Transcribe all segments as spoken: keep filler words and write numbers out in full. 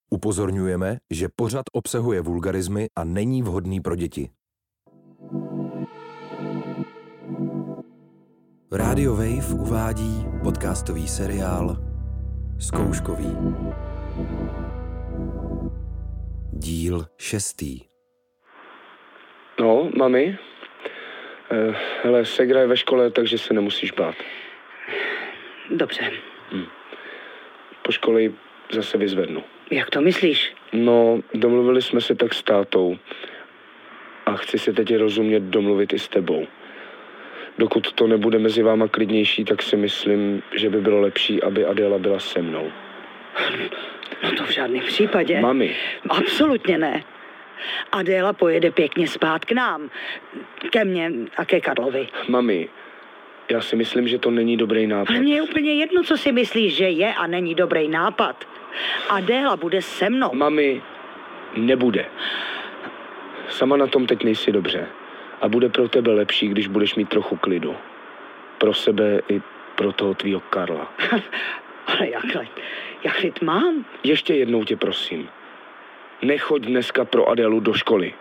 Upozorňujeme, že pořad obsahuje vulgarizmy a není vhodný pro děti. Radio Wave uvádí podcastový seriál Zkouškový. Díl šestý. No, mami? Eh, hele, segra je ve škole, takže se nemusíš bát. Dobře. Hm. Po škole ji zase vyzvednu. Jak to myslíš? No, domluvili jsme se tak s tátou. A chci se teď rozumět domluvit i s tebou. Dokud to nebude mezi váma klidnější, tak si myslím, že by bylo lepší, aby Adéla byla se mnou. No to v žádném případě. Mami. Absolutně ne. Adéla pojede pěkně spát k nám. Ke mně a ke Karlovi. Mami, já si myslím, že to není dobrý nápad. Ale mně je úplně jedno, co si myslíš, že je a není dobrý nápad. Adéla bude se mnou. Mami, nebude. Sama na tom teď nejsi dobře. A bude pro tebe lepší, když budeš mít trochu klidu. Pro sebe i pro toho tvýho Karla. Ale jak klid? Jak klid mám? Ještě jednou tě prosím. Nechoď dneska pro Adélu do školy.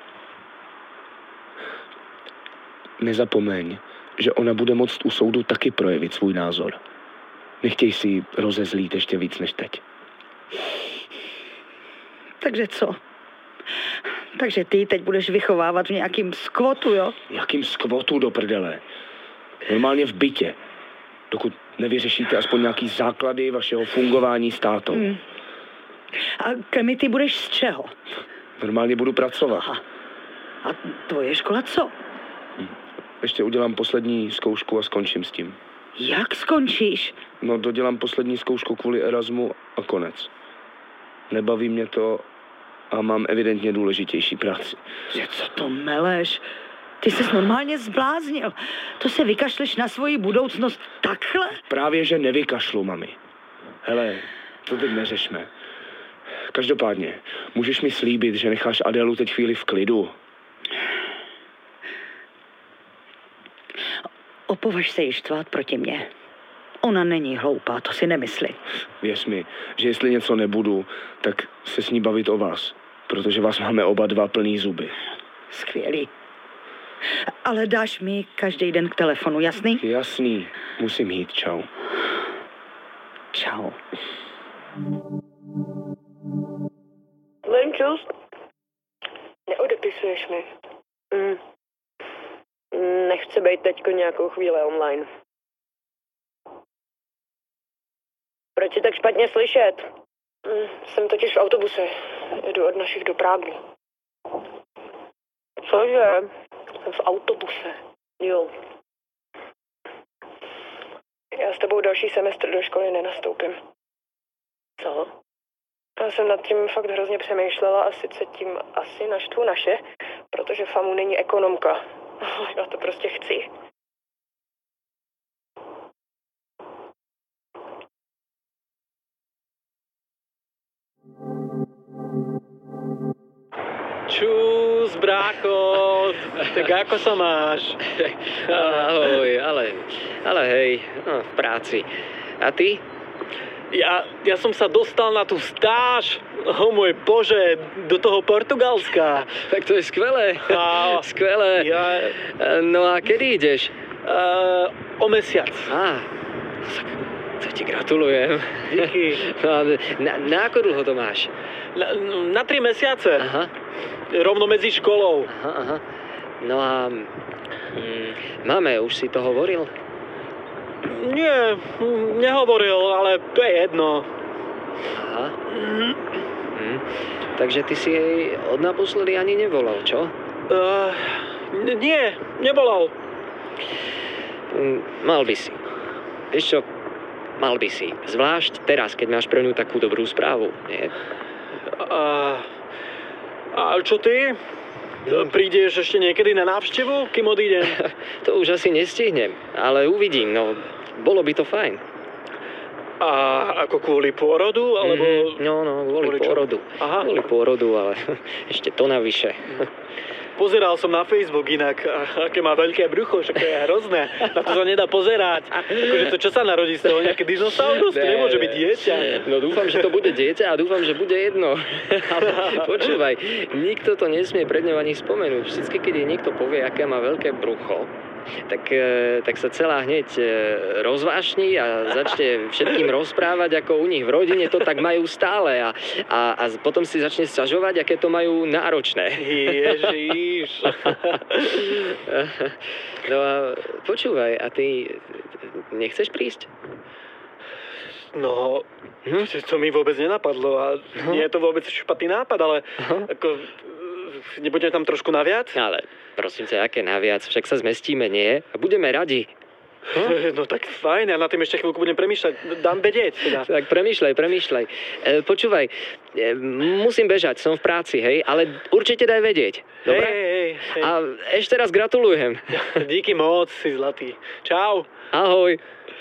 Nezapomeň, že ona bude moct u soudu taky projevit svůj názor. Nechtěj si ji rozezlít ještě víc než teď. Takže co? Takže ty teď budeš vychovávat v nějakým skvotu, jo? Jakým skvotu do prdele? Normálně v bytě. Dokud nevyřešíte aspoň nějaký základy vašeho fungování s tátou. Hmm. A Kemi, ty budeš z čeho? Normálně budu pracovat. Aha. A tvoje škola co? Hm. Ještě udělám poslední zkoušku a skončím s tím. Jak skončíš? No, dodělám poslední zkoušku kvůli Erasmu a konec. Nebaví mě to a mám evidentně důležitější práci. Že co to meleš? Ty ses normálně zbláznil. To se vykašleš na svoji budoucnost takhle? Právě, že nevykašlu, mami. Hele, to teď neřešme. Každopádně, můžeš mi slíbit, že necháš Adélu teď chvíli v klidu? Opovaž se jí štvát proti mně. Ona není hloupá, to si nemysli. Věř mi, že jestli něco nebudu, tak se s ní bavit o vás. Protože vás máme oba dva plný zuby. Skvělý. Ale dáš mi každý den k telefonu, jasný? Jasný. Musím jít, čau. Čau. Lenčus, neodepisuješ mi. Mm. Nechci být teďko nějakou chvíli online. Proč je tak špatně slyšet? Mm, jsem totiž v autobuse. Jedu od našich do Prahy. Cože? Jsem v autobuse. Jo. Já s tebou další semestr do školy nenastoupím. Co? Já jsem nad tím fakt hrozně přemýšlela a sice tím asi naštvu naše, protože Famu není ekonomka. Já to prostě chci. Čus, brácho, tak ako sa máš? Ahoj, ale, ale hej, no, v práci. A ty? Ja, ja som sa dostal na tú stáž, oh môj Bože, do toho Portugalska. Tak to je skvelé, A, skvelé. ja, No a kedy ideš? uh, o mesiac. Á, to ti gratulujem. Díky. No, na, na ako dlho to máš? Na, na tri mesiace. Aha. Rovno medzi školou. Aha, aha. No a hm, máme, už si to hovoril? Nie, nehovoril, ale to je jedno. Aha. Hm. Takže ty si jej od naposledy ani nevolal, čo? Uh, nie, nevolal. Hm, mal by si. Vieš čo, mal by si. Zvlášť teraz, keď máš pre ňu takú dobrú správu, nie? Uh, a čo ty? Prídeš ešte niekedy na návštevu, kým odídem? To už asi nestihnem, ale uvidím, no bolo by to fajn. A ako kvôli pôrodu, alebo... Mm, no, no, kvôli, kvôli pôrodu. Aha. Kvôli pôrodu, ale ešte to navyše. Pozeral som na Facebook inak, aké má veľké brucho, však to je hrozné. Na to sa nedá pozerať. Akože to čo sa narodí z toho, nejaké dinosaurus? To nemôže byť dieťa. No dúfam, že to bude dieťa a dúfam, že bude jedno. Ale počúvaj, nikto to nesmie pred ňou ani spomenúť. Vždycky, keď jej niekto povie, aké má veľké brucho, tak, tak sa celá hneď rozvášni a začne všetkým rozprávať, ako u nich v rodine to tak majú stále a, a, a potom si začne sťažovať, aké to majú náročné. Ježiš. No a počúvaj, a ty nechceš prísť? No, hm? to mi vôbec nenapadlo a no. Nie je to vôbec špatný nápad, ale no. Ako, nebudeme tam trošku naviac? Ale prosím ťa, aké naviac, však sa zmestíme, nie? A budeme radi. Hm? No tak fajn, ja na tým ešte chvíľku budem premýšľať, dám vedieť. Teda. Tak premýšľaj, premýšľaj. E, počúvaj, e, musím bežať, som v práci, hej, ale určite daj vedieť. Dobre? Hej, hej, hej. A ešte raz gratulujem. Díky moc, si zlatý. Čau. Ahoj.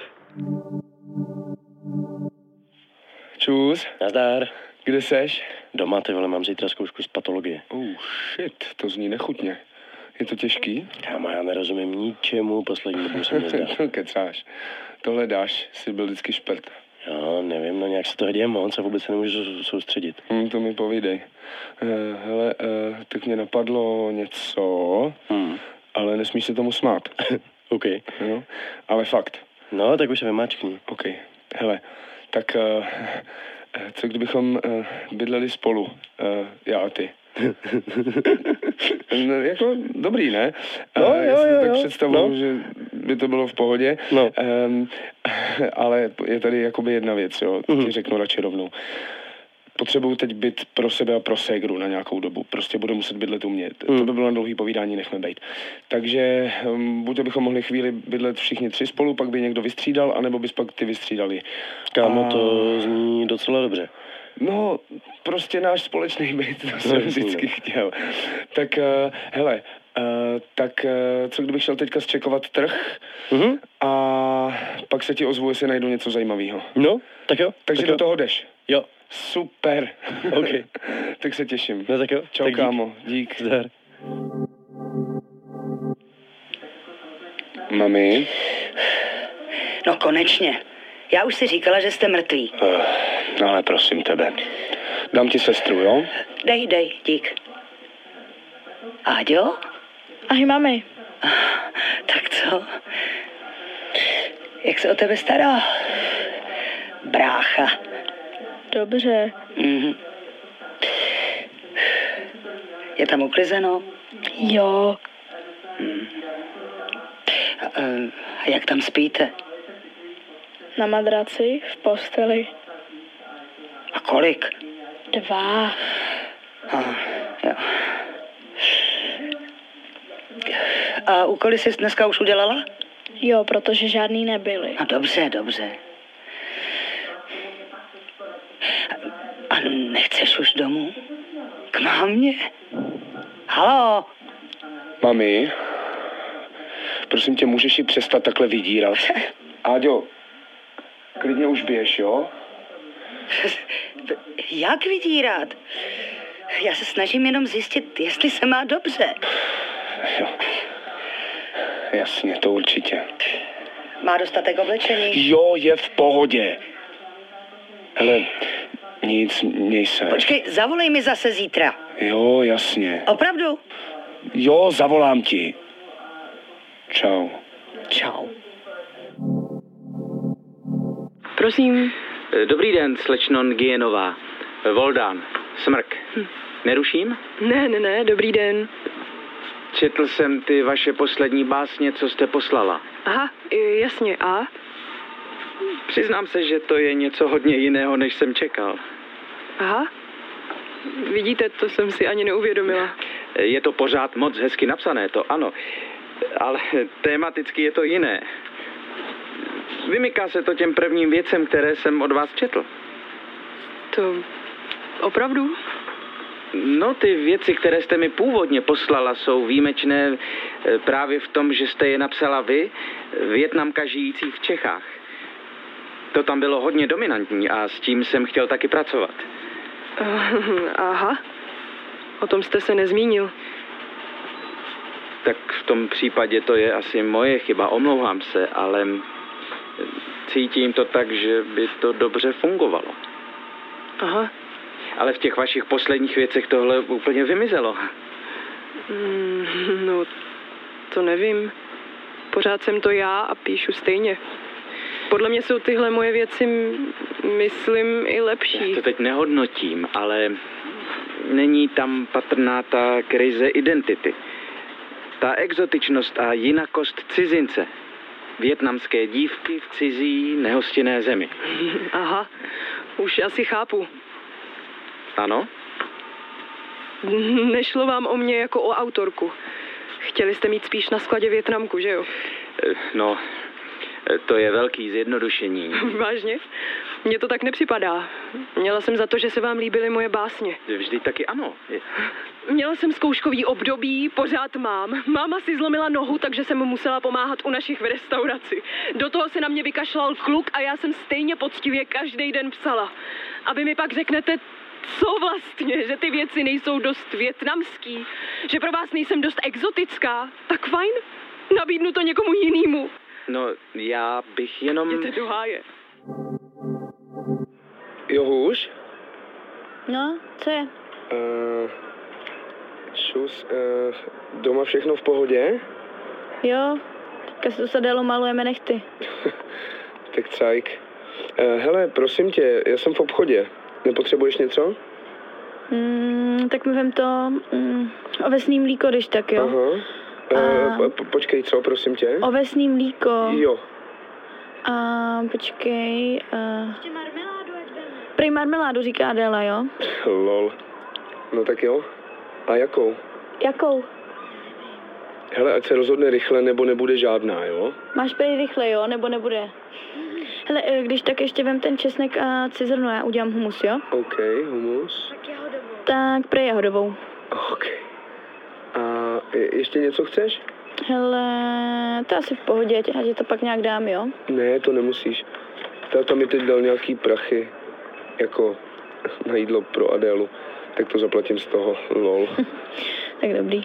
Čus. Nazdar. Kde seš? Doma, ty vole, mám zítra zkoušku z patologie. Oh, shit, to zní nechutně. Je to těžký? Kámo, já nerozumím ničemu, poslední dobu se mě zdá. To kecáš. Tohle dáš, jsi byl vždycky šprt. Jo, nevím, no nějak se toho děje moc a vůbec se nemůžu soustředit. Hmm, to mi povídej. Uh, hele, uh, tak mě napadlo něco, hmm. ale nesmíš se tomu smát. OK. Jo? Ale fakt. No, tak už se vymáčkni. OK. Hele, tak uh, co kdybychom uh, bydleli spolu, uh, já a ty? No, jako dobrý, ne? No, uh, jo, já si jo, to tak jo. představuju, No. že by to bylo v pohodě. No. Um, ale je tady jakoby jedna věc, jo, mm-hmm. ti řeknu radši rovnou. Potřebuju teď byt pro sebe a pro ségru na nějakou dobu. Prostě budu muset bydlet u mě. Mm. To by bylo na dlouhý povídání, nechme bejt. Takže um, buď bychom mohli chvíli bydlet všichni tři spolu, pak by někdo vystřídal, anebo bys pak ty vystřídali. Kámo, a... to zní docela dobře. No, prostě náš společný byt, to jsem vždycky chtěl. Tak, uh, hele, uh, tak uh, co kdybych šel teďka zčekovat trh Mhm. a pak se ti ozvu, jestli najdu něco zajímavého. No, tak jo. Takže tak do jo. toho jdeš. Jo. Super. OK. Tak se těším. No tak jo. Čau, tak dík. kámo. Dík. Zdar. Mami? No konečně. Já už si říkala, že jste mrtví. Uh, ale prosím tebe. Dám ti sestru, jo? Dej, dej, dík. Áďo? Ahoj, mami. Tak co? Jak se o tebe stará? Brácha. Dobře. Mhm. Je tam uklizeno? Jo. A, a jak tam spíte? Na madraci, v posteli. A kolik? Dva. A, jo. A úkoly jsi dneska už udělala? Jo, protože žádný nebyly. No dobře, dobře. A, a nechceš už domů? K mámě? Haló? Mami? Prosím tě, můžeš ji přestat takhle vydírat? Áďo, klidně už běž, jo? Jak vydírat? Já se snažím jenom zjistit, jestli se má dobře. Jo. Jasně, to určitě. Má dostatek oblečení? Jo, je v pohodě. Hele, nic, měj se. Počkej, zavolej mi zase zítra. Jo, jasně. Opravdu? Jo, zavolám ti. Čau. Čau. Prosím. Dobrý den, slečno Ngienová. Voldán, smrk. Hm. Neruším? Ne, ne, ne, dobrý den. Četl jsem ty vaše poslední básně, co jste poslala. Aha, jasně, a? Přiznám se, že to je něco hodně jiného, než jsem čekal. Aha. Vidíte, to jsem si ani neuvědomila. Je to pořád moc hezky napsané, to ano. Ale tematicky je to jiné. Vymyká se to těm prvním věcem, které jsem od vás četl. To opravdu? No, ty věci, které jste mi původně poslala, jsou výjimečné právě v tom, že jste je napsala vy, Vietnamka žijící v Čechách. To tam bylo hodně dominantní a s tím jsem chtěl taky pracovat. Uh, aha. O tom jste se nezmínil. Tak v tom případě to je asi moje chyba, omlouvám se, ale cítím to tak, že by to dobře fungovalo. Aha. Ale v těch vašich posledních věcech tohle úplně vymizelo. Mm, no, to nevím. Pořád jsem to já a píšu stejně. Podle mě jsou tyhle moje věci, myslím, i lepší. Já to teď nehodnotím, ale není tam patrná ta krize identity. Ta exotičnost a jinakost cizince. Vietnamské dívky v cizí nehostinné zemi. Aha, už asi chápu. Ano? Nešlo vám o mě jako o autorku. Chtěli jste mít spíš na skladě Vietnamku, že jo? No, to je velký zjednodušení. Vážně? Mně to tak nepřipadá. Měla jsem za to, že se vám líbily moje básně. Vždy taky ano. Měla jsem zkouškový období, pořád mám. Máma si zlomila nohu, takže jsem mu musela pomáhat u našich v restauraci. Do toho se na mě vykašlal kluk a já jsem stejně poctivě každý den psala. A vy mi pak řeknete, co vlastně, že ty věci nejsou dost vietnamský, že pro vás nejsem dost exotická, tak fajn, nabídnu to někomu jinému. No, já bych jenom... Jděte do háje. Jo, hůž? No, co je? Uh, šus, uh, doma všechno v pohodě? Jo, teďka se to sadelo, malujeme nechty. Tak cajk. Uh, hele, prosím tě, já jsem v obchodě. Nepotřebuješ něco? Mm, tak mi vem to mm, ovesný mlíko, když tak, jo? Aha. Uh, a... po, počkej, co, prosím tě? Ovesný mlíko. Jo. A počkej... Uh... Ještě marmeládu, ať vem. Prej marmeládu, říká Adéla, jo? Lol. No tak jo. A jakou? Jakou? Hele, ať se rozhodne rychle, nebo nebude žádná, jo? Máš prej rychle, jo? Nebo nebude? Hele, když tak ještě vem ten česnek a cizrnu, já udělám humus, jo? OK, humus. Tak jahodovou. Tak prej jahodovou. OK. A je, ještě něco chceš? Hele, to asi v pohodě, ať ti to pak nějak dám, jo? Ne, to nemusíš. Táta mi teď dal nějaký prachy, jako na jídlo pro Adélu. Tak to zaplatím z toho, lol. Tak dobrý.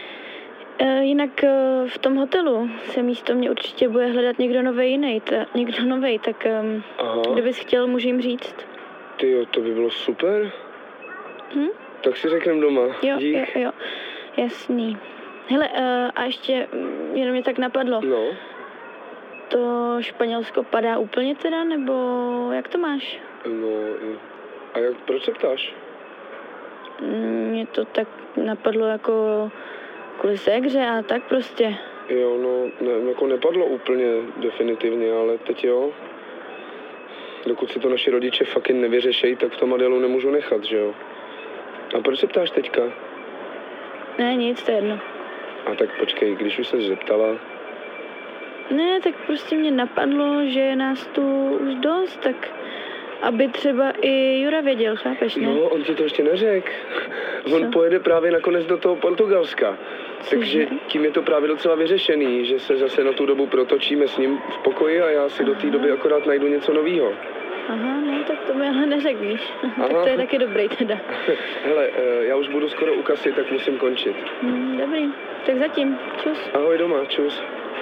E, jinak e, v tom hotelu se místo mě určitě bude hledat někdo novej jiný, ta, někdo novej, tak e, kdybys chtěl, můžu jim říct. Tyjo, to by bylo super. Hm? Tak si řekneme doma. Jo, Dík. jo, jo, jasný. Hele, e, a ještě jenom mě tak napadlo. No. To Španělsko padá úplně teda, nebo jak to máš? No, a jak, proč se ptáš? Mě to tak napadlo jako kvůli ségře a tak prostě. Jo, no, ne, jako nepadlo úplně definitivně, ale teď jo. Dokud si to naši rodiče fucking nevyřešejí, tak v tom Adélu nemůžu nechat, že jo? A proč se ptáš teďka? Ne, nic, to je jedno. A tak počkej, když už se zeptala. Ne, tak prostě mě napadlo, že je nás tu už dost, tak aby třeba i Jura věděl, chápeš, ne? No, on ti to ještě neřekl. On Co? pojede právě nakonec do toho Portugalska. Cože? Takže tím je to právě docela vyřešený, že se zase na tu dobu protočíme s ním v pokoji a já si Aha. do té doby akorát najdu něco novýho. Aha, no tak to mi ale neřekl, víš. Tak to je taky dobrý teda. Hele, já už budu skoro u kasy, tak musím končit. Hmm, dobrý, tak zatím, čus. Ahoj doma, čus.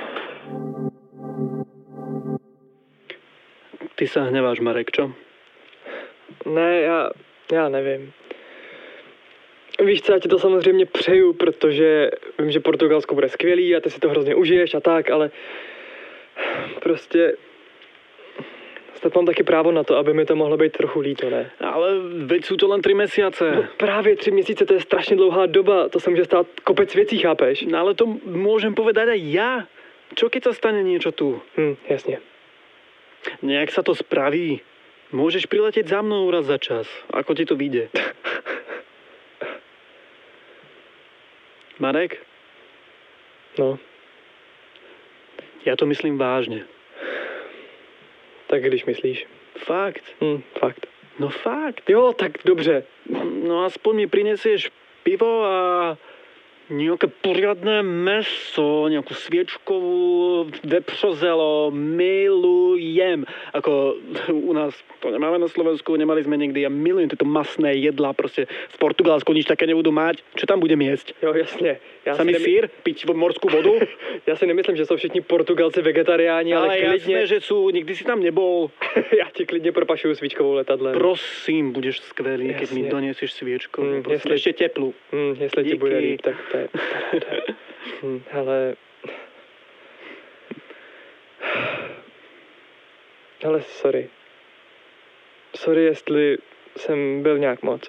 Ty sa hneváš, Marek, čo? Ne, já, já nevím. Víš co, já ti to samozřejmě přeju, protože vím, že Portugalsko bude skvělý a ty si to hrozně užiješ a tak, ale prostě snad mám taky právo na to, aby mi to mohlo být trochu líto, ne? Ale veď sú to len tři mesiace. No právě tři měsíce, to je strašně dlouhá doba, to se může stát kopec věcí, chápeš? No ale to môžem povedať aj ja. Čo keď sa stane niečo tu? Hm, jasně. Nejak sa to spraví. Môžeš priletieť za mnou raz za čas. Ako ti to vyjde? Marek? No. Ja to myslím vážne. Tak když myslíš? Fakt. Hm, fakt. No fakt. Jo, tak dobře. No aspoň mi prinesieš pivo a Nějaké poriadné meso, nějakou svěčkovou, vepřozelo, milujem. Ako u nás to nemáme na Slovensku, nemali jsme nikdy, já milujem tyto masné jedla, prostě v Portugalsku nič také nebudu mať. Čo tam budem jíst? Jo, jasně. Já Samý nemy... sír? Piť morskou vodu? Já si nemyslím, že jsou všichni Portugalci vegetariáni, ale, ale klidně... jasné, že jsou, nikdy si tam nebol. Já ti klidně propašuju svíčkovou letadlem. Prosím, budeš skvělý, keď mi doniesieš svíčku. Mm, jestli... Ještě teplou. Mm, jestli Díky. Ti bude líp, tak to je... hm, ale... Ale sorry. Sorry, jestli jsem byl nějak moc.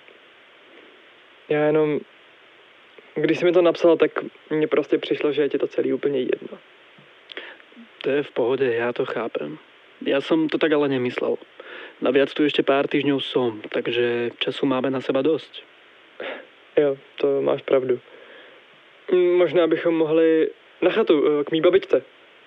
Já jenom... Když jsi mi to napsal, tak mně prostě přišlo, že je ti to celý úplně jedno. To je v pohodě, já to chápem. Já jsem to tak ale nemyslel. Navíc tu ještě pár týždňov som, takže času máme na seba dost. Jo, to máš pravdu. Možná bychom mohli na chatu, k mý babičce.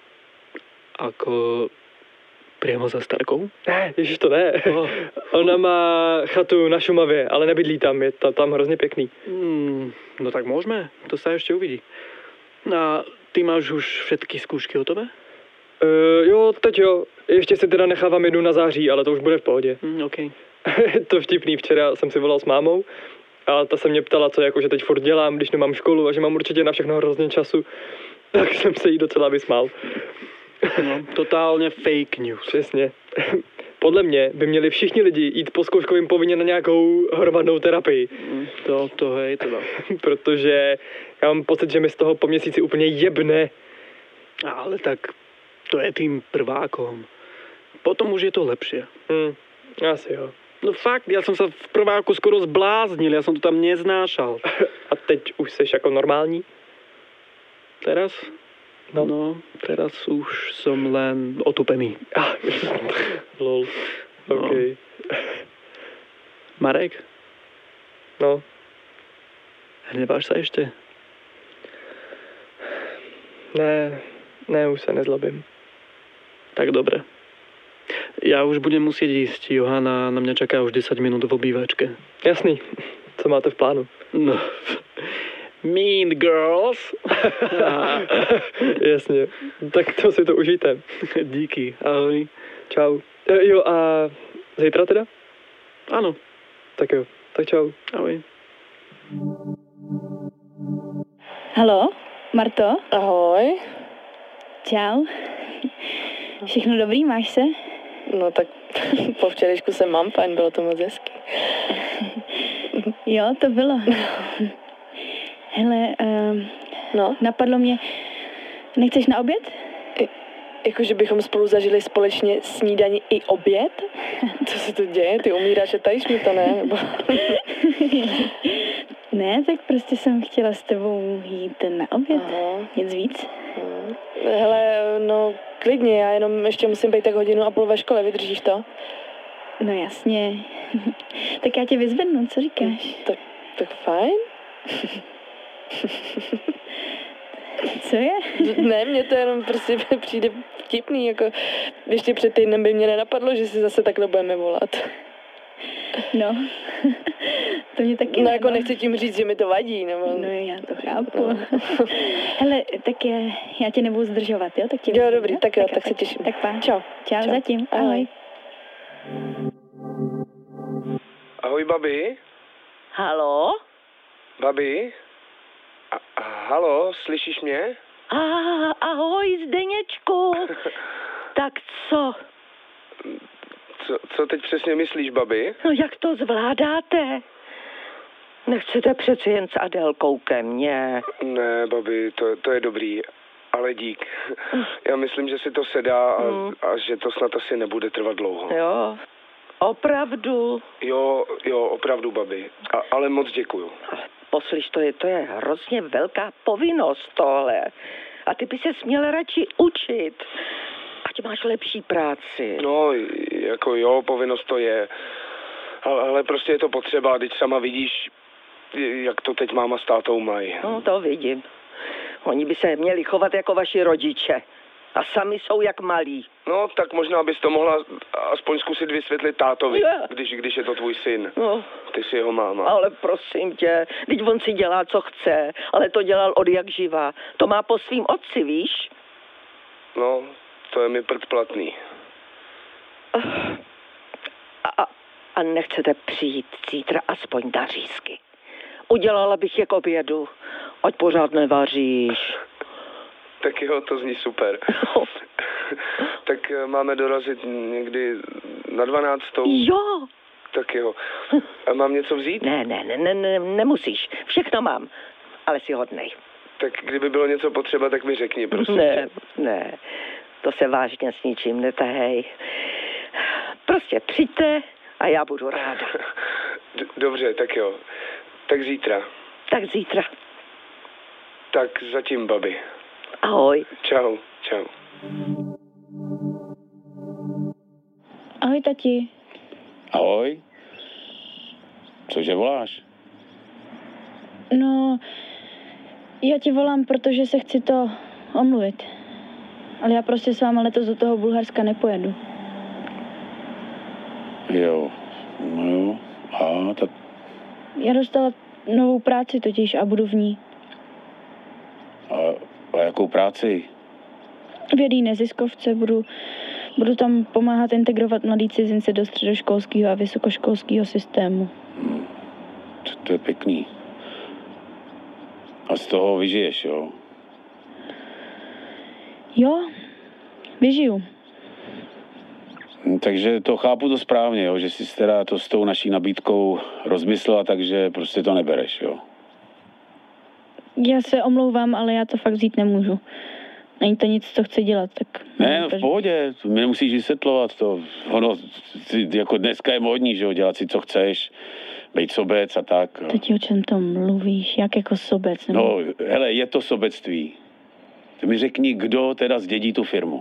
Ako priamo za Starkou? Ne, ježiš to ne. Oh. Ona má chatu na Šumavě, ale nebydlí tam, je to tam hrozně pěkný. Hmm, no tak můžeme, to se ještě uvidí. A ty máš už všetky zkoušky hotové? Uh, jo, teď jo. Ještě si teda nechávám jednu na září, ale to už bude v pohodě. Mm, OK. To vtipný, včera jsem si volal s mámou a ta se mě ptala, co jako, že teď furt dělám, když nemám školu a že mám určitě na všechno hrozně času. Tak jsem se jí docela vysmál. No, totálně fake news. Přesně. Podle mě by měli všichni lidi jít po zkouškovým povinně na nějakou hromadnou terapii. Mm, to, to hej, teda. Protože já mám pocit, že mi z toho po měsíci úplně jebne. Ale tak to je tým prvákom. Potom už je to lepší. Hmm, asi jo. No fakt, já jsem se v prváku skoro zbláznil, já jsem to tam neznášal. A teď už jsi jako normální? Teraz? No, no teraz už jsem len otupený. Ah, lol. OK. No. Marek? No. Hneváš se ještě? Ne, ne, už se nezlobím. Tak dobré. Já už budem muset jíst. Johana na mě čeká už deset minut v obývačke. Jasný. Co máte v plánu? No, Mean Girls. Jasně. Tak to si to užijte. Díky. Ahoj. Čau. E, jo, a zítra teda? Ano. Tak jo. Tak čau. Ahoj. Haló, Marto? Ahoj. Čau. Všechno dobrý, máš se? No tak po včerejšku jsem mám fajn, bylo to moc hezky. Jo, to bylo. Hele, um, no? Napadlo mě, nechceš na oběd? I, jakože bychom spolu zažili společně snídani i oběd? Co se tu děje? Ty umíráš a tajíš mi to, ne? Nebo... Ne, tak prostě jsem chtěla s tebou jít na oběd. Aha. Nic víc. Aha. Hele, no klidně, já jenom ještě musím být tak hodinu a půl ve škole, vydržíš to? No jasně. Tak já tě vyzvednu, co říkáš? Tak, tak fajn. Co je? Ne, mně to jenom prostě přijde vtipný, jako ještě před týdnem by mě nenapadlo, že si zase takhle budeme volat. No, to mě taky... No jako nechci tím říct, že mi to vadí, nebo... No já to chápu. No. Hele, tak je, já tě nebudu zdržovat, jo? Tak tě jo, vyzvednu, dobrý, tak jo, tak, tak se těším. Tak pán. Čau. Čau, Čau. Zatím, ahoj. ahoj. Ahoj, babi. Halo? Babi? A, halo, slyšíš mě? Ah, ahoj, Zdeněčku. Tak co? co? Co teď přesně myslíš, babi? No jak to zvládáte? Nechcete přeci jen s Adélkou ke mně? Ne, babi, to, to je dobrý, ale dík. Já myslím, že si to sedá a, hmm. a že to snad asi nebude trvat dlouho. Jo, opravdu? Jo, jo, opravdu, babi, a, ale moc děkuju. Poslyš, to je, to je hrozně velká povinnost tohle. A ty by se směl radši učit, ať máš lepší práci. No, jako jo, povinnost to je. Ale, ale prostě je to potřeba, když sama vidíš, jak to teď máma s tátou mají. No, to vidím. Oni by se měli chovat jako vaši rodiče. A sami jsou jak malí. No, tak možná bys to mohla aspoň zkusit vysvětlit tátovi, když, když je to tvůj syn. No. Ty jsi jeho máma. Ale prosím tě, teď on si dělá, co chce, ale to dělal od jak živa. To má po svým otci, víš? No, to je mi prd platný. A, a nechcete přijít zítra aspoň na řízky. Udělala bych je k obědu, ať pořád nevaříš. Tak jo, to zní super. Tak máme dorazit někdy na dvanáctou. Jo. Tak jo. A mám něco vzít? Ne, ne, ne, ne, ne, nemusíš. Všechno mám, ale si hodnej. Tak kdyby bylo něco potřeba, tak mi řekni, prosím. Ne, ne, to se vážně s ničím netahej. Prostě přijďte a já budu ráda. Dobře, tak jo. Tak zítra. Tak zítra. Tak zatím, babi. Ahoj. Čau, čau. Ahoj, tati. Ahoj. Cože voláš? No, já ti volám, protože se chci to omluvit. Ale já prostě s váma letos do toho Bulharska nepojedu. Jo, no jo. A tak... Já dostala novou práci totiž a budu v ní. A, a jakou práci? V jedné neziskovce budu, budu tam pomáhat integrovat mladý cizince do středoškolského a vysokoškolského systému. Hmm. To, to je pěkný. A z toho vyžiješ, jo? Jo, vyžiju. Takže to chápu to správně, jo? Že jsi teda to s tou naší nabídkou rozmyslela, takže prostě to nebereš, jo? Já se omlouvám, ale já to fakt vzít nemůžu. Není to nic, co chci dělat, tak... Ne, no v pohodě, mi nemusíš vysvětlovat to. Ono, jako dneska je módní, že jo, dělat si, co chceš, bejt sobec a tak. Teď o čem to mluvíš, jak jako sobec? Nebo... No, hele, je to sobectví. Ty mi řekni, kdo teda zdědí tu firmu.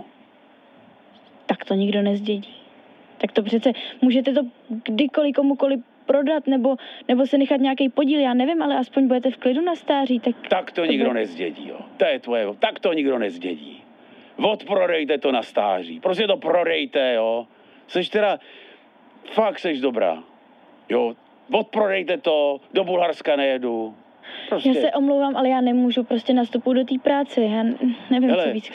Tak to nikdo nezdědí. Tak to přece, můžete to kdykoliv komukoliv prodat, nebo, nebo se nechat nějaký podíl, já nevím, ale aspoň budete v klidu na stáří, tak... Tak to, to nikdo bude... nezdědí, jo. To je tvoje, tak to nikdo nezdědí. Odprodejte to na stáří, prostě to prodejte, jo. Seš teda, fakt seš dobrá, jo. Odprodejte to, do Bulharska nejedu. Prostě. Já se omlouvám, ale já nemůžu, prostě nastupuji do té práce, já nevím, hele, co víc...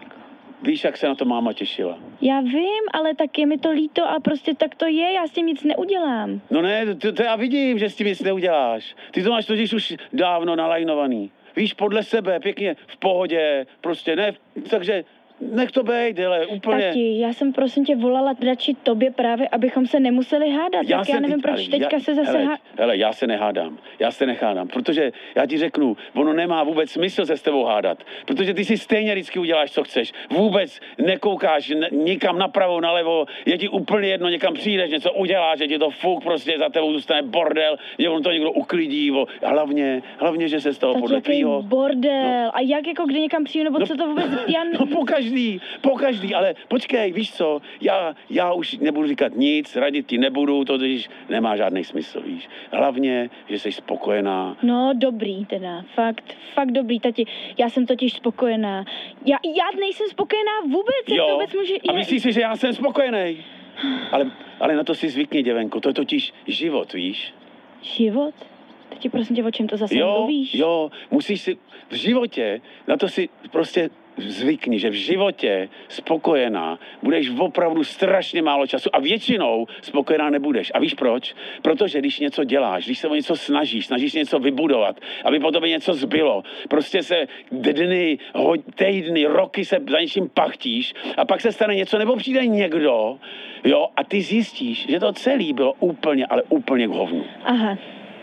Víš, jak se na to máma těšila? Já vím, ale tak je mi to líto a prostě tak to je, já s tím nic neudělám. No ne, to, to já vidím, že s tím nic neuděláš. Ty to máš totiž už dávno nalajnovaný. Víš, podle sebe, pěkně, v pohodě, prostě ne, takže nech to bejt, hele, úplně. Tati, já jsem prosím tě volala radši tobě právě, abychom se nemuseli hádat, já tak já nevím, proč teďka já, se zase hele, há... hele, já se nehádám, já se nehádám, protože já ti řeknu, ono nemá vůbec smysl se s tebou hádat, protože ty si stejně vždycky uděláš, co chceš, vůbec nekoukáš n- nikam napravo, nalevo, je ti úplně jedno, někam přijdeš, něco uděláš, že ti to fuk, prostě za tebou zůstane bordel, že on to někdo uklidí, vo, a hlavně, hlavně, že se z toho tak podle tvýho... bordel, no. A jak jako kdy někam přijdu, nebo no, co to vůbec... Já... No po každý, po každý, ale počkej, víš co, já, já už nebudu říkat nic, radit ti nebudu, to totiž nemá žádný smysl, víš. Hlavně, že jsi spokojená. No dobrý teda, fakt, fakt dobrý, tati, já jsem totiž spokojená. Já, já nejsem spokojená vůbec, jak jo, to vůbec může... a myslíš si, že já jsem spokojený? Ale, ale na to si zvykni, děvenko, to je totiž život, víš. Život? Teď prosím tě, o čem to zase jo, mluvíš? Jo, musíš si v životě, na to si prostě zvykni, že v životě spokojená budeš opravdu strašně málo času a většinou spokojená nebudeš. A víš proč? Protože když něco děláš, když se o něco snažíš, snažíš něco vybudovat, aby po tobě něco zbylo, prostě se dny, týdny, roky se za něčím pachtíš a pak se stane něco nebo přijde někdo, jo, a ty zjistíš, že to celé bylo úplně, ale úplně k hovnu. Aha.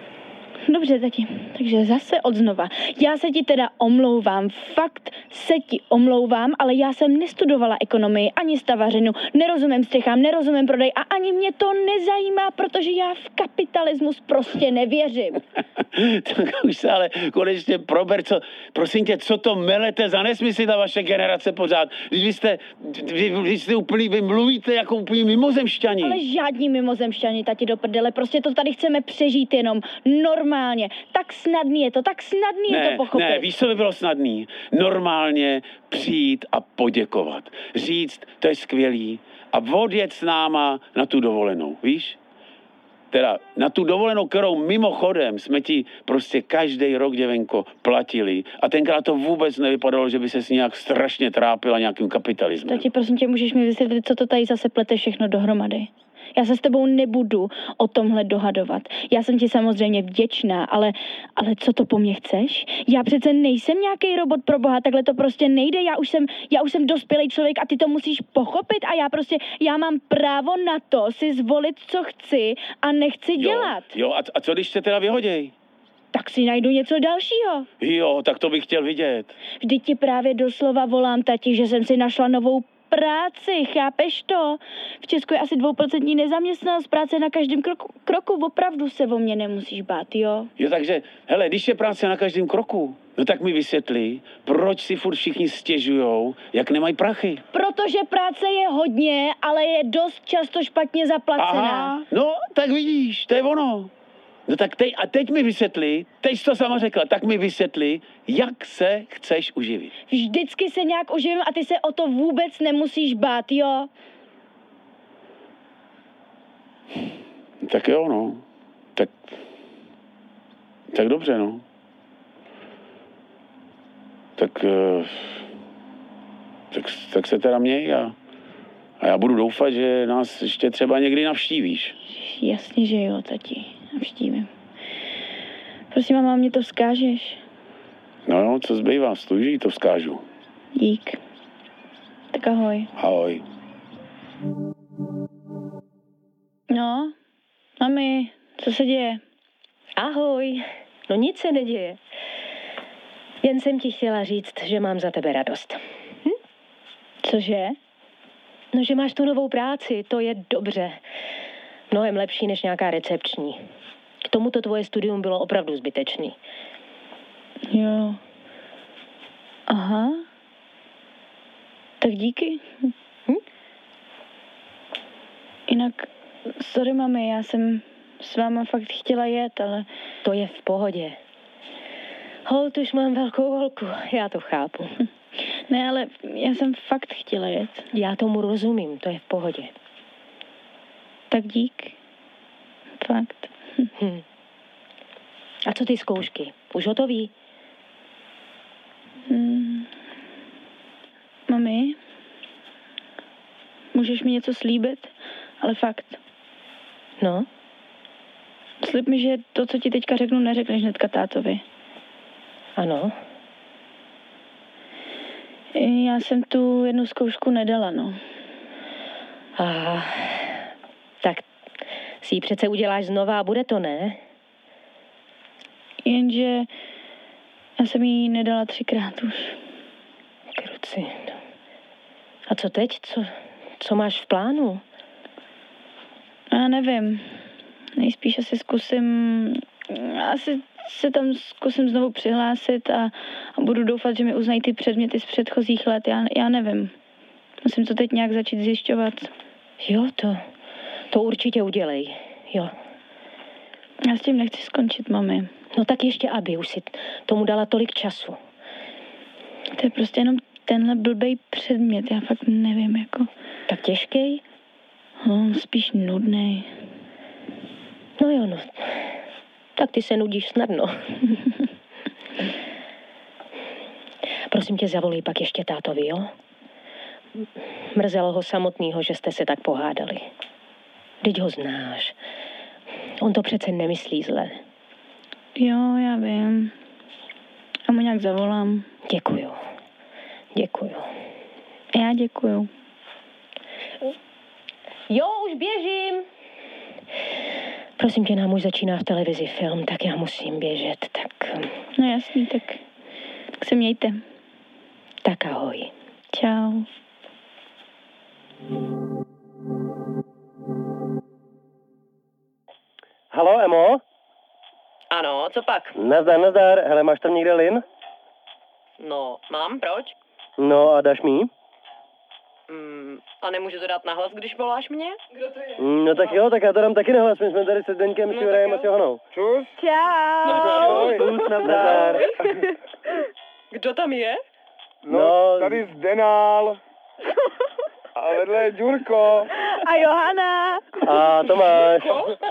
Dobře, tati, takže zase odznova. Já se ti teda omlouvám, fakt se ti omlouvám, ale já jsem nestudovala ekonomii ani stavařinu, nerozumím střechám, nerozumím prodej a ani mě to nezajímá, protože já v kapitalismus prostě nevěřím. Tak už se ale konečně prober, co, prosím tě, co to melete za nesmysly ta vaše generace pořád. Když vy jste, vy, vy jste úplný, vy mluvíte jako úplný mimozemšťani. Ale žádní mimozemšťani, tati do prdele, prostě to tady chceme přežít jenom normálně. normálně. Tak snadný je to, tak snadný ne, je to pochopit. Ne, víš, co by bylo snadný? Normálně přijít a poděkovat. Říct, to je skvělý. A odjet s náma na tu dovolenou, víš? Teda na tu dovolenou, kterou mimochodem jsme ti prostě každý rok, děvenko, platili. A tenkrát to vůbec nevypadalo, že by ses nějak strašně trápila nějakým kapitalismem. Tati, prosím tě, můžeš mi vysvětlit, co to tady zase plete všechno dohromady? Já se s tebou nebudu o tomhle dohadovat. Já jsem ti samozřejmě vděčná, ale, ale co to po mně chceš? Já přece nejsem nějaký robot pro boha, takhle to prostě nejde. Já už jsem, já už jsem dospělý člověk a ty to musíš pochopit a já prostě, já mám právo na to si zvolit, co chci a nechci dělat. Jo, jo a, a co když se teda vyhoděj? Tak si najdu něco dalšího. Jo, tak to bych chtěl vidět. Vždyť ti právě doslova volám, tati, že jsem si našla novou práci, chápeš to? V Česku je asi dvouprocentní nezaměstnanost, práce na každém kroku, kroku, opravdu se o mě nemusíš bát, jo? Jo, takže, hele, když je práce na každém kroku, no tak mi vysvětli, proč si furt všichni stěžujou, jak nemají prachy. Protože práce je hodně, ale je dost často špatně zaplacená. Aha, no, tak vidíš, to je ono. No tak teď, a teď mi vysvětli, teď jsi to sama řekla, tak mi vysvětli, jak se chceš uživit. Vždycky se nějak uživím a ty se o to vůbec nemusíš bát, jo? Tak jo, no. Tak, tak dobře, no. Tak, tak, tak se teda měj a, a já budu doufat, že nás ještě třeba někdy navštívíš. Jasně, že jo, tati. Navštívím. Prosím, máma, mě to vzkážeš? No jo, co zbývá, stůj, že jí to vzkážu. Dík. Tak ahoj. Ahoj. No, mami, co se děje? Ahoj. No nic se neděje. Jen jsem ti chtěla říct, že mám za tebe radost. Hm? Cože? No, že máš tu novou práci, to je dobře. Mnohem lepší než nějaká recepční. K tomu to tvoje studium bylo opravdu zbytečný. Jo. Aha. Tak díky. Hm? Jinak, sorry mami, já jsem s váma fakt chtěla jet, ale... To je v pohodě. Holt, už mám velkou holku, já to chápu. Ne, ale já jsem fakt chtěla jet. Já tomu rozumím, to je v pohodě. Tak dík. Fakt. Hm. A co ty zkoušky? Už hotový? Hmm. Mami, můžeš mi něco slíbit? Ale fakt. No? Slib mi, že to, co ti teďka řeknu, neřekneš hnedka tátovi. Ano. Já jsem tu jednu zkoušku nedala, no. A tak si ji přece uděláš znova a bude to, ne? Jenže já jsem ji nedala třikrát už. Kruci. A co teď? Co, co máš v plánu? Já nevím. Nejspíš asi zkusím... Asi se tam zkusím znovu přihlásit a, a budu doufat, že mi uznají ty předměty z předchozích let. Já, já nevím. Musím to teď nějak začít zjišťovat. Jo, to, to určitě udělej. Jo. Já s tím nechci skončit, mami. No tak ještě aby, už si tomu dala tolik času. To je prostě jenom tenhle blbej předmět, já fakt nevím, jako... Tak těžký? No, spíš nudnej. No jo, no. Tak ty se nudíš snadno. Prosím tě, zavolej pak ještě tátovi, jo? Mrzelo ho samotného, že jste se tak pohádali. Vždyť ho znáš. On to přece nemyslí zle. Jo, já vím. A mu nějak zavolám. Děkuju. Děkuju. Já děkuju. Jo, už běžím. Prosím tě, nám už začíná v televizi film, tak já musím běžet, tak... No jasný, tak, tak se mějte. Tak ahoj. Čau. Halo, Emo? Ano, co pak? Nazdar, nazdar. Hele, máš tam někde Lin? No, mám, proč? No a dáš mi? Mm, A nemůžu to dát nahlas, když voláš mě? Kdo to je? No tak jo, tak já to dám taky nahlas, my jsme tady se Zdeňkem, no, s Jurajem a s Johanou. Čus. Čau. No, čus, nazdar. Kdo tam je? No, no tady Zdenál. A vedle je Ďurko. A Johana. A Tomáš.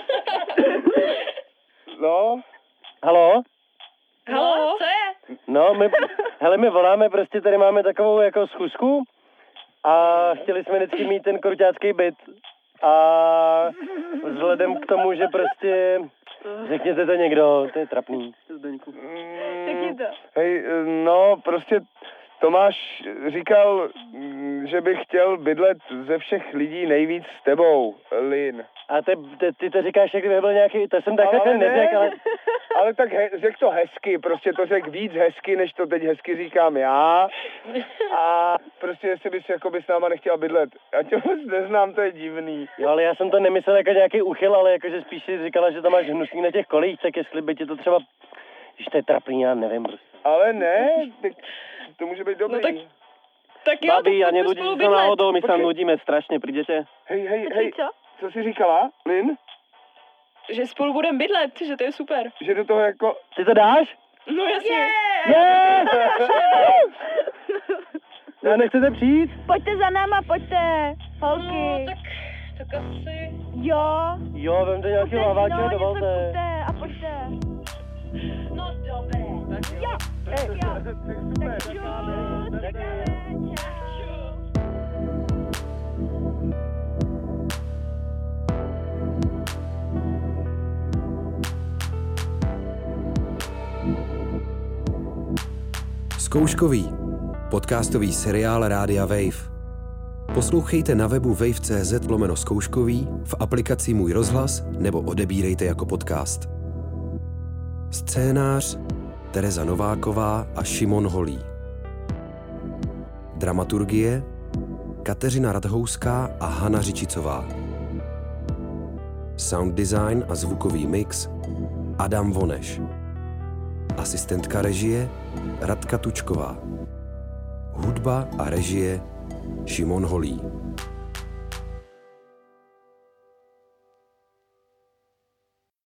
No. Halo? Halo, co je? No, my, hele, my voláme, prostě tady máme takovou jako schůzku a chtěli jsme vždycky mít ten kruťácký byt. A vzhledem k tomu, že prostě, řekněte to někdo, to je trapný. Mm, hej, no, prostě Tomáš říkal, že by chtěl bydlet ze všech lidí nejvíc s tebou, Lin. A ty, ty, ty to říkáš, jak kdyby byl nějaký, to jsem takhle ten neřekl, ale... Ale tak he, řek to hezky, prostě to řek víc hezky, než to teď hezky říkám já. A prostě jestli bys jakoby s náma nechtěla bydlet. Já tě moc neznám, to je divný. Jo, ale já jsem to nemyslel jako nějaký uchyl, ale jakože spíš si říkala, že tam máš hnusný na těch kolích, tak jestli by ti to třeba... Když to je trapný, já nevím prostě. Ale ne, tak to může být dobrý. No tak, tak jo, Babi, tak já nenudíš se náhodou, my se nudíme strašně, přijdete. Hej, hej, hej, co? Co jsi říkala, Lin? Že spolu budeme bydlet, že to je super. Že do toho jako... Ty to dáš? No jasně. Yeah! Já nechcete přijít? Pojďte za náma, pojďte, holky. No, tak, tak asi... Jo. Jo, vemte nějakého laváčeho, dovolte. A pojďte. No dobré. Jo, tak jo. Tak jo, Zkouškový. Podcastový seriál Rádia Wave. Poslouchejte na webu wave tečka cz lomeno zkouškový, v aplikaci Můj rozhlas nebo odebírejte jako podcast. Scénář Tereza Nováková a Šimon Holý. Dramaturgie Kateřina Radhouská a Hana Řičicová. Sound design a zvukový mix Adam Voneš. Asistentka režie Radka Tučková. Hudba a režie Šimon Holý.